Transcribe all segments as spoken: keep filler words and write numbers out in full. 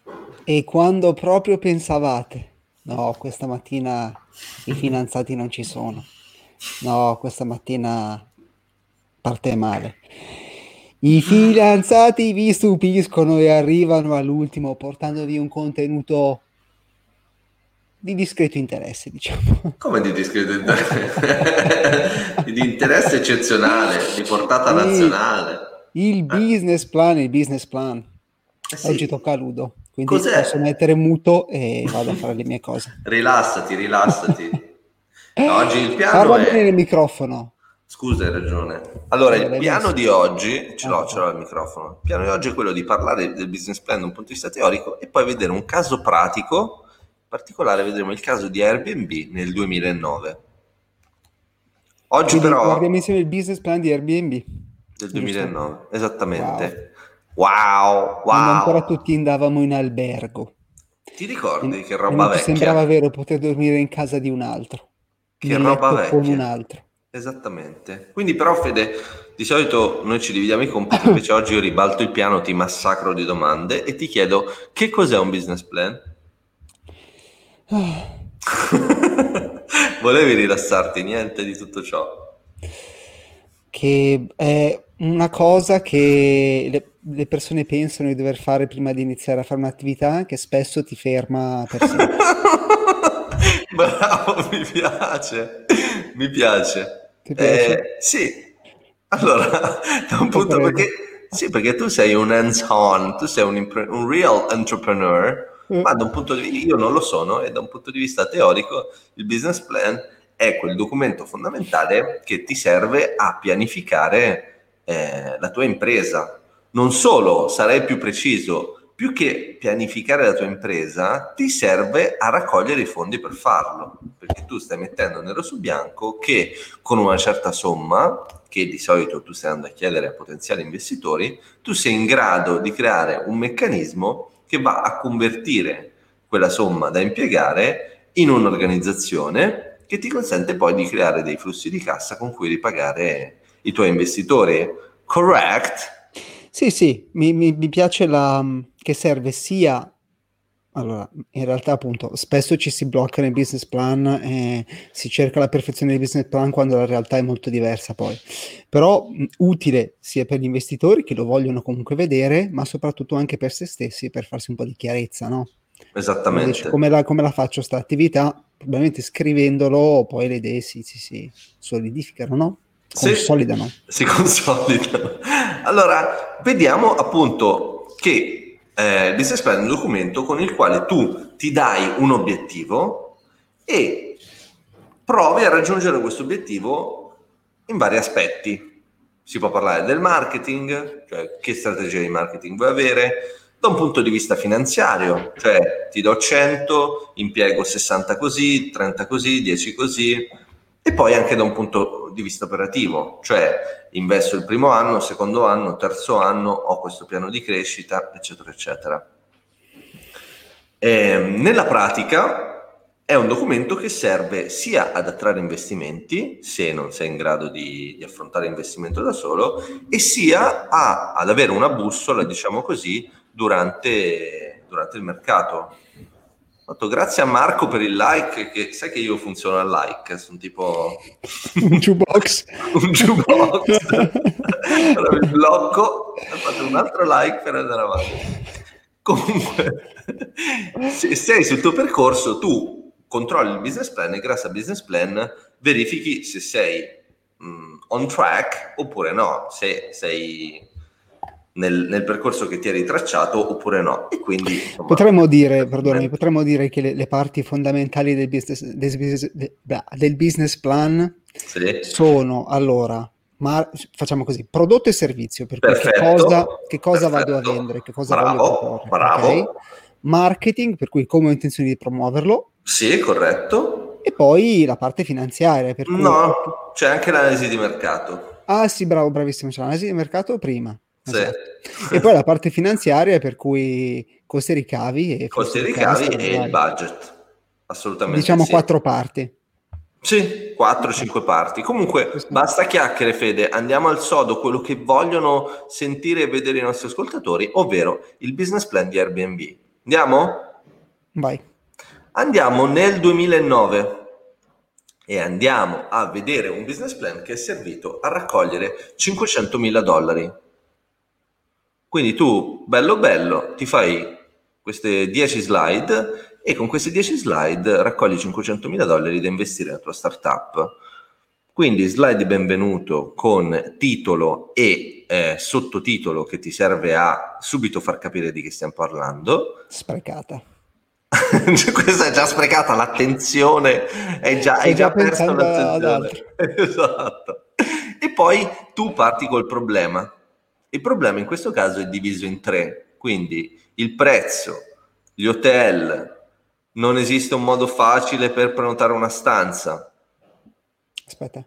E quando proprio pensavate, no, questa mattina i fidanzati non ci sono, no, questa mattina parte male. I fidanzati vi stupiscono e arrivano all'ultimo portandovi un contenuto di discreto interesse, diciamo. Come di discreto interesse? Di interesse eccezionale, di portata Sì, nazionale. il Eh, business plan, il business plan. eh Oggi sì, tocca a Ludo, quindi posso cos'è? mettere muto e vado a fare le mie cose. Rilassati, rilassati. No, oggi il piano Parla bene nel è... microfono. Scusa, hai ragione. Allora, Dove il l'hai piano messo? di oggi, ce l'ho, ce Ecco. l'ho al microfono, il piano di oggi è quello di parlare del business plan da un punto di vista teorico e poi vedere un caso pratico, in particolare vedremo il caso di Airbnb nel duemilanove. Oggi Quindi però, guardiamo insieme il business plan di Airbnb, del giusto? duemilanove, Wow. esattamente. Wow, Quando ancora wow. tutti andavamo in albergo Ti e, ricordi che e roba non ci sembrava vecchia? vero poter dormire in casa di un altro, Che nel roba letto con un vecchia. altro. Esattamente. Quindi però Fede, di solito noi ci dividiamo i compiti, invece oggi io ribalto il piano, ti massacro di domande e ti chiedo che cos'è un business plan? Ah, Volevi rilassarti, niente di tutto ciò. che è una cosa che le, le persone pensano di dover fare prima di iniziare a fare un'attività che spesso ti ferma per sempre. Bravo, mi piace, mi piace. Ti piace? Eh, sì, allora, da un Te punto prego. perché, sì, perché tu sei un hands-on, tu sei un, impre- un real entrepreneur, Eh, ma da un punto di vista, io non lo sono, e da un punto di vista teorico il business plan è quel documento fondamentale che ti serve a pianificare eh, la tua impresa. Non solo, sarei più preciso, più che pianificare la tua impresa, ti serve a raccogliere i fondi per farlo, perché tu stai mettendo nero su bianco che con una certa somma, che di solito tu stai andando a chiedere a potenziali investitori, tu sei in grado di creare un meccanismo che va a convertire quella somma da impiegare in un'organizzazione che ti consente poi di creare dei flussi di cassa con cui ripagare i tuoi investitori. Correct? Sì, sì, mi, mi- mi piace la, che serve sia, allora, in realtà appunto, spesso ci si blocca nel business plan e si cerca la perfezione del business plan quando la realtà è molto diversa poi, però mh, utile sia per gli investitori che lo vogliono comunque vedere, ma soprattutto anche per se stessi, per farsi un po' di chiarezza, no? Uno dice, Esattamente. come la, come la faccio sta attività? Probabilmente scrivendolo, poi le idee si, si, si solidificano, no? Sì, Consolidano. si consolidano. Allora, vediamo appunto che eh, il business plan è un documento con il quale tu ti dai un obiettivo e provi a raggiungere questo obiettivo in vari aspetti. Si può parlare del marketing, cioè che strategia di marketing vuoi avere, da un punto di vista finanziario, cioè ti do cento, impiego sessanta così, trenta così, dieci così, e poi anche da un punto di vista operativo, cioè investo il primo anno, secondo anno, terzo anno, ho questo piano di crescita, eccetera, eccetera. E, nella pratica è un documento che serve sia ad attrarre investimenti, se non sei in grado di, di affrontare investimento da solo, e sia a, ad avere una bussola, diciamo così, durante, durante il mercato. Fatto, grazie a Marco per il like, che sai che io funziono al like, sono tipo Un jukebox. un jukebox. Allora mi blocco e fate un altro like per andare avanti. Comunque, se sei sul tuo percorso, tu controlli il business plan e grazie al business plan verifichi se sei mh, on track oppure no, se sei nel, nel percorso che ti eri tracciato oppure no. E quindi, insomma, Potremmo dire, perdonami, potremmo dire che le, le parti fondamentali del business, del business- de- blah, del business plan sì, sono, allora, ma, facciamo così, prodotto e servizio, per cui che cosa, perfetto, che cosa vado a perfetto, vendere, che cosa voglio bravo, proporre, ok? bravo, Marketing, per cui come ho intenzione di promuoverlo, sì, corretto. e poi la parte finanziaria, per cui, No, c'è anche l'analisi di mercato. ah sì, bravo, bravissimo, c'è l'analisi di mercato prima, Sì. esatto. E poi la parte finanziaria, per cui costi e ricavi e Costi flussi e di ricavi cassa, robe e il varie. budget. Assolutamente Diciamo sì. quattro parti. Sì, Ok, quattro cinque parti. Comunque, questo- basta chiacchiere, Fede. Andiamo al sodo, quello che vogliono sentire e vedere i nostri ascoltatori, ovvero il business plan di Airbnb. Andiamo? Vai. Andiamo nel duemilanove e andiamo a vedere un business plan che è servito a raccogliere cinquecentomila dollari. Quindi tu, bello bello, ti fai queste dieci slide e con queste dieci slide raccogli cinquecentomila dollari da investire nella tua startup. Quindi slide di benvenuto con titolo e eh, sottotitolo che ti serve a subito far capire di che stiamo parlando. Sprecata. Questa è già sprecata, l'attenzione è già, Sto hai già, già perso pensando ad l'attenzione. altro. Esatto. E poi tu parti col problema. Il problema in questo caso è diviso in tre, quindi il prezzo, gli hotel, non esiste un modo facile per prenotare una stanza. Aspetta.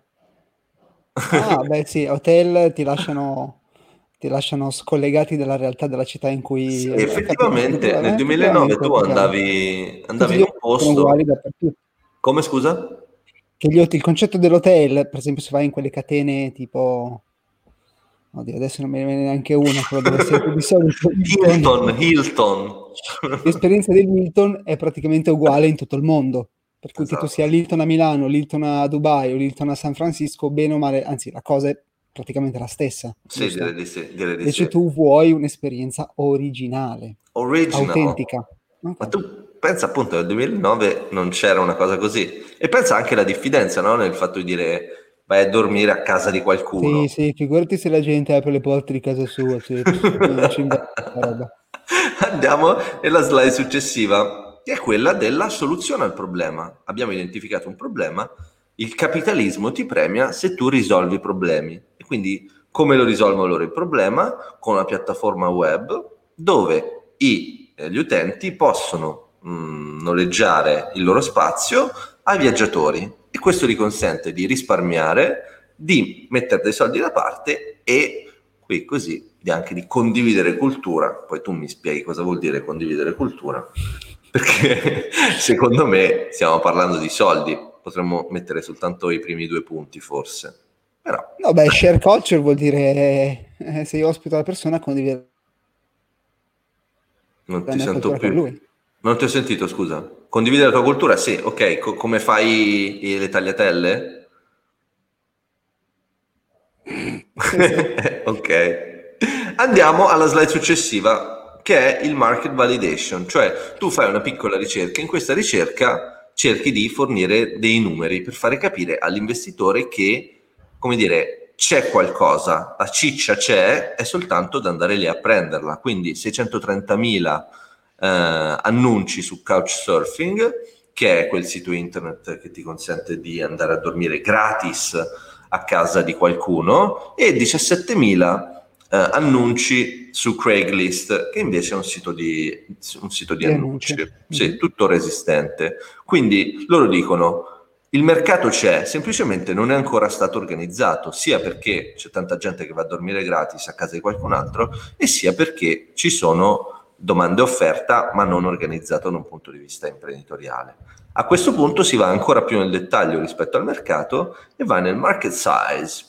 Ah, beh sì, hotel ti lasciano, ti lasciano scollegati dalla realtà della città in cui... Sì, eh, capisco, effettivamente nel effettivamente, duemilanove effettivamente, tu effettivamente. andavi, Tutti andavi gli in un hotel sono uguali posto. dappertutto. Come, scusa? Che gli hot- il concetto dell'hotel, per esempio, se vai in quelle catene tipo... Oddio, adesso non me ne viene neanche una, però deve essere di solito Hilton. Hilton, Hilton. L'esperienza dell'Hilton è praticamente uguale in tutto il mondo. Per cui che tu sia Esatto. l'Hilton a Milano, l'Hilton a Dubai o l'Hilton a San Francisco, bene o male, anzi la cosa è praticamente la stessa, Sì, direi giusto? di sì, direi di Invece sì. tu vuoi un'esperienza originale, Original. autentica. Ma Ok. tu pensa appunto nel duemilanove non c'era una cosa così. E pensa anche alla diffidenza, no? Nel fatto di dire vai a dormire a casa di Sì, qualcuno. sì, figurati se la gente apre le porte di casa sua, sì, pff, non ci invento questa roba. Andiamo nella slide successiva, che è quella della soluzione al problema. Abbiamo identificato un problema, il capitalismo ti premia se tu risolvi i problemi. E quindi come lo risolvono loro il problema? Con una piattaforma web dove i, eh, gli utenti possono mh, noleggiare il loro spazio ai viaggiatori e questo gli consente di risparmiare, di mettere dei soldi da parte e qui così di anche di condividere cultura. Poi tu mi spieghi cosa vuol dire condividere cultura, perché secondo me stiamo parlando di soldi, potremmo mettere soltanto i primi due punti forse, però No, beh, share culture vuol dire eh, se io ospito la persona condivido non la ti mia sento cultura con più. lui. Non ti ho sentito, scusa. Condividere la tua cultura? Sì, ok. Co- come fai i- le tagliatelle? Sì, sì. Ok. Andiamo alla slide successiva, che è il market validation, cioè tu fai una piccola ricerca, in questa ricerca cerchi di fornire dei numeri per fare capire all'investitore che, come dire, c'è qualcosa, la ciccia c'è, è soltanto da andare lì a prenderla. Quindi seicentotrentamila eh, annunci su Couchsurfing, che è quel sito internet che ti consente di andare a dormire gratis a casa di qualcuno, e diciassettemila eh, annunci su Craigslist, che invece è un sito di, un sito di Di annunci. annunci, sì, Mhm. tutto resistente. Quindi loro dicono il mercato c'è, semplicemente non è ancora stato organizzato, sia perché c'è tanta gente che va a dormire gratis a casa di qualcun altro, e sia perché ci sono domande e offerta, ma non organizzato da un punto di vista imprenditoriale. A questo punto si va ancora più nel dettaglio rispetto al mercato e va nel market size.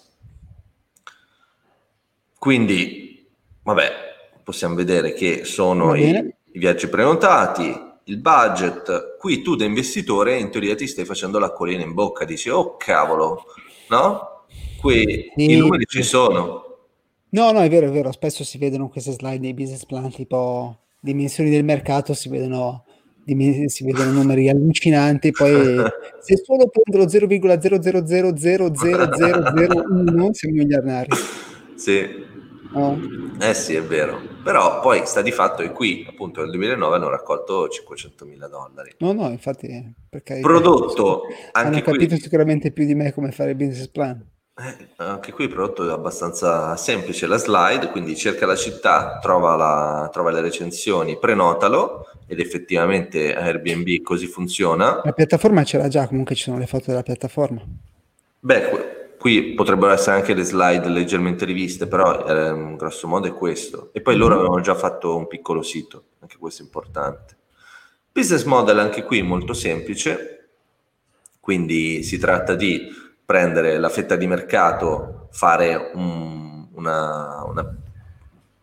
Quindi, vabbè, possiamo vedere che sono Va i, bene. i viaggi prenotati, il budget. Qui tu da investitore in teoria ti stai facendo l'acquolina in bocca, dici, oh cavolo, no? Qui i Sì, numeri ci sì. sono. No, no, è vero, è vero. Spesso si vedono queste slide dei business plan, tipo dimensioni del mercato, si vedono, dimen- si vedono numeri allucinanti, poi se solo prendo lo zero virgola zero zero zero zero zero zero zero uno siamo miliardari. Sì, No? eh sì, è vero. Però poi sta di fatto che qui, appunto, nel duemilanove hanno raccolto cinquecentomila dollari. No, no, infatti, per carità, Prodotto, hanno anche capito qui, sicuramente più di me come fare il business plan. eh, anche qui il prodotto è abbastanza semplice. La slide, quindi cerca la città, trova, la, trova le recensioni, prenotalo, ed effettivamente Airbnb così funziona. La piattaforma ce l'ha già, comunque ci sono le foto della piattaforma. Beh, que- qui potrebbero essere anche le slide leggermente riviste, però eh, grosso modo è questo. E poi loro Mhm. avevano già fatto un piccolo sito, anche questo è importante. Business model anche qui molto semplice, quindi si tratta di prendere la fetta di mercato, fare un- una, una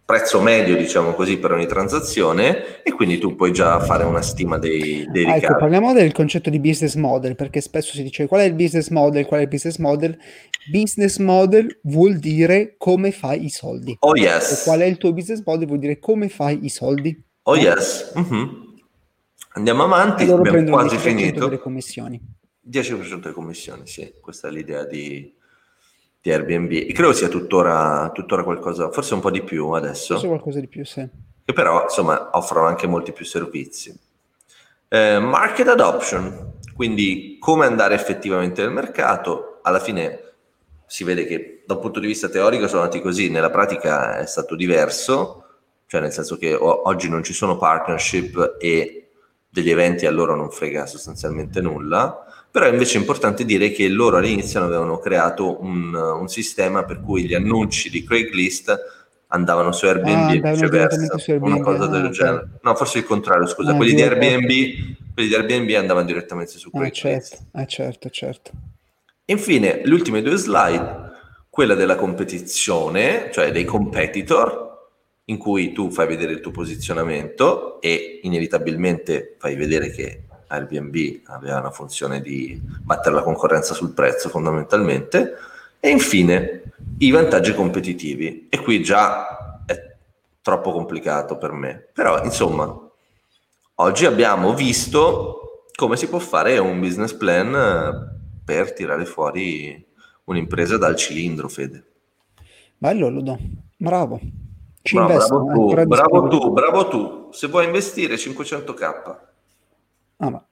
prezzo medio, diciamo così, per ogni transazione, e quindi tu puoi già fare una stima dei, dei Ah, ecco, ricavi. parliamo del concetto di business model, perché spesso si dice qual è il business model, qual è il business model. Business model vuol dire come fai i soldi. Oh O qual è yes, il tuo business model vuol dire come fai i soldi, oh no? yes. Mhm. Andiamo avanti, E loro abbiamo prendono il quasi dieci per cento delle finito. commissioni. dieci per cento delle commissioni, sì, questa è l'idea di, di Airbnb. E credo sia tuttora, tuttora qualcosa, forse un po' di più Forse adesso, qualcosa di più, sì. che però insomma offrono anche molti più servizi. Eh, market adoption, quindi come andare effettivamente nel mercato. Alla fine si vede che da un punto di vista teorico sono andati così, nella pratica è stato diverso, cioè nel senso che o- oggi non ci sono partnership e degli eventi a loro non frega sostanzialmente nulla, però invece è importante dire che loro all'inizio avevano creato un, un sistema per cui gli annunci di Craigslist andavano su Airbnb Ah, e andavano direttamente viceversa, su una Airbnb. cosa Ah, del ok. genere. No, forse il contrario, scusa, Ah, quelli di viva il porco. Airbnb, quelli di Airbnb andavano direttamente su Ah, certo, Craigslist. ah, certo, certo. E infine, le ultime due slide, quella della competizione, cioè dei competitor, in cui tu fai vedere il tuo posizionamento e inevitabilmente fai vedere che Airbnb aveva una funzione di battere la concorrenza sul prezzo fondamentalmente, e infine i vantaggi competitivi. E qui già è troppo complicato per me, però insomma, oggi abbiamo visto come si può fare un business plan eh, per tirare fuori un'impresa dal cilindro, Fede. Bello, Ludo. Bravo. Ci No, bravo investo, è tu, ancora bravo disponibile. tu, bravo tu. Se vuoi investire cinquecento k. Ah, ma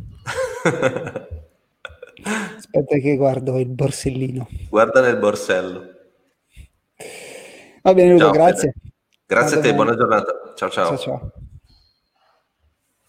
aspetta che guardo il borsellino. Guarda nel borsello. Va bene, Ludo, Ciao, grazie. Fede. A Grazie a te, domani. buona giornata. Ciao Ciao ciao. ciao.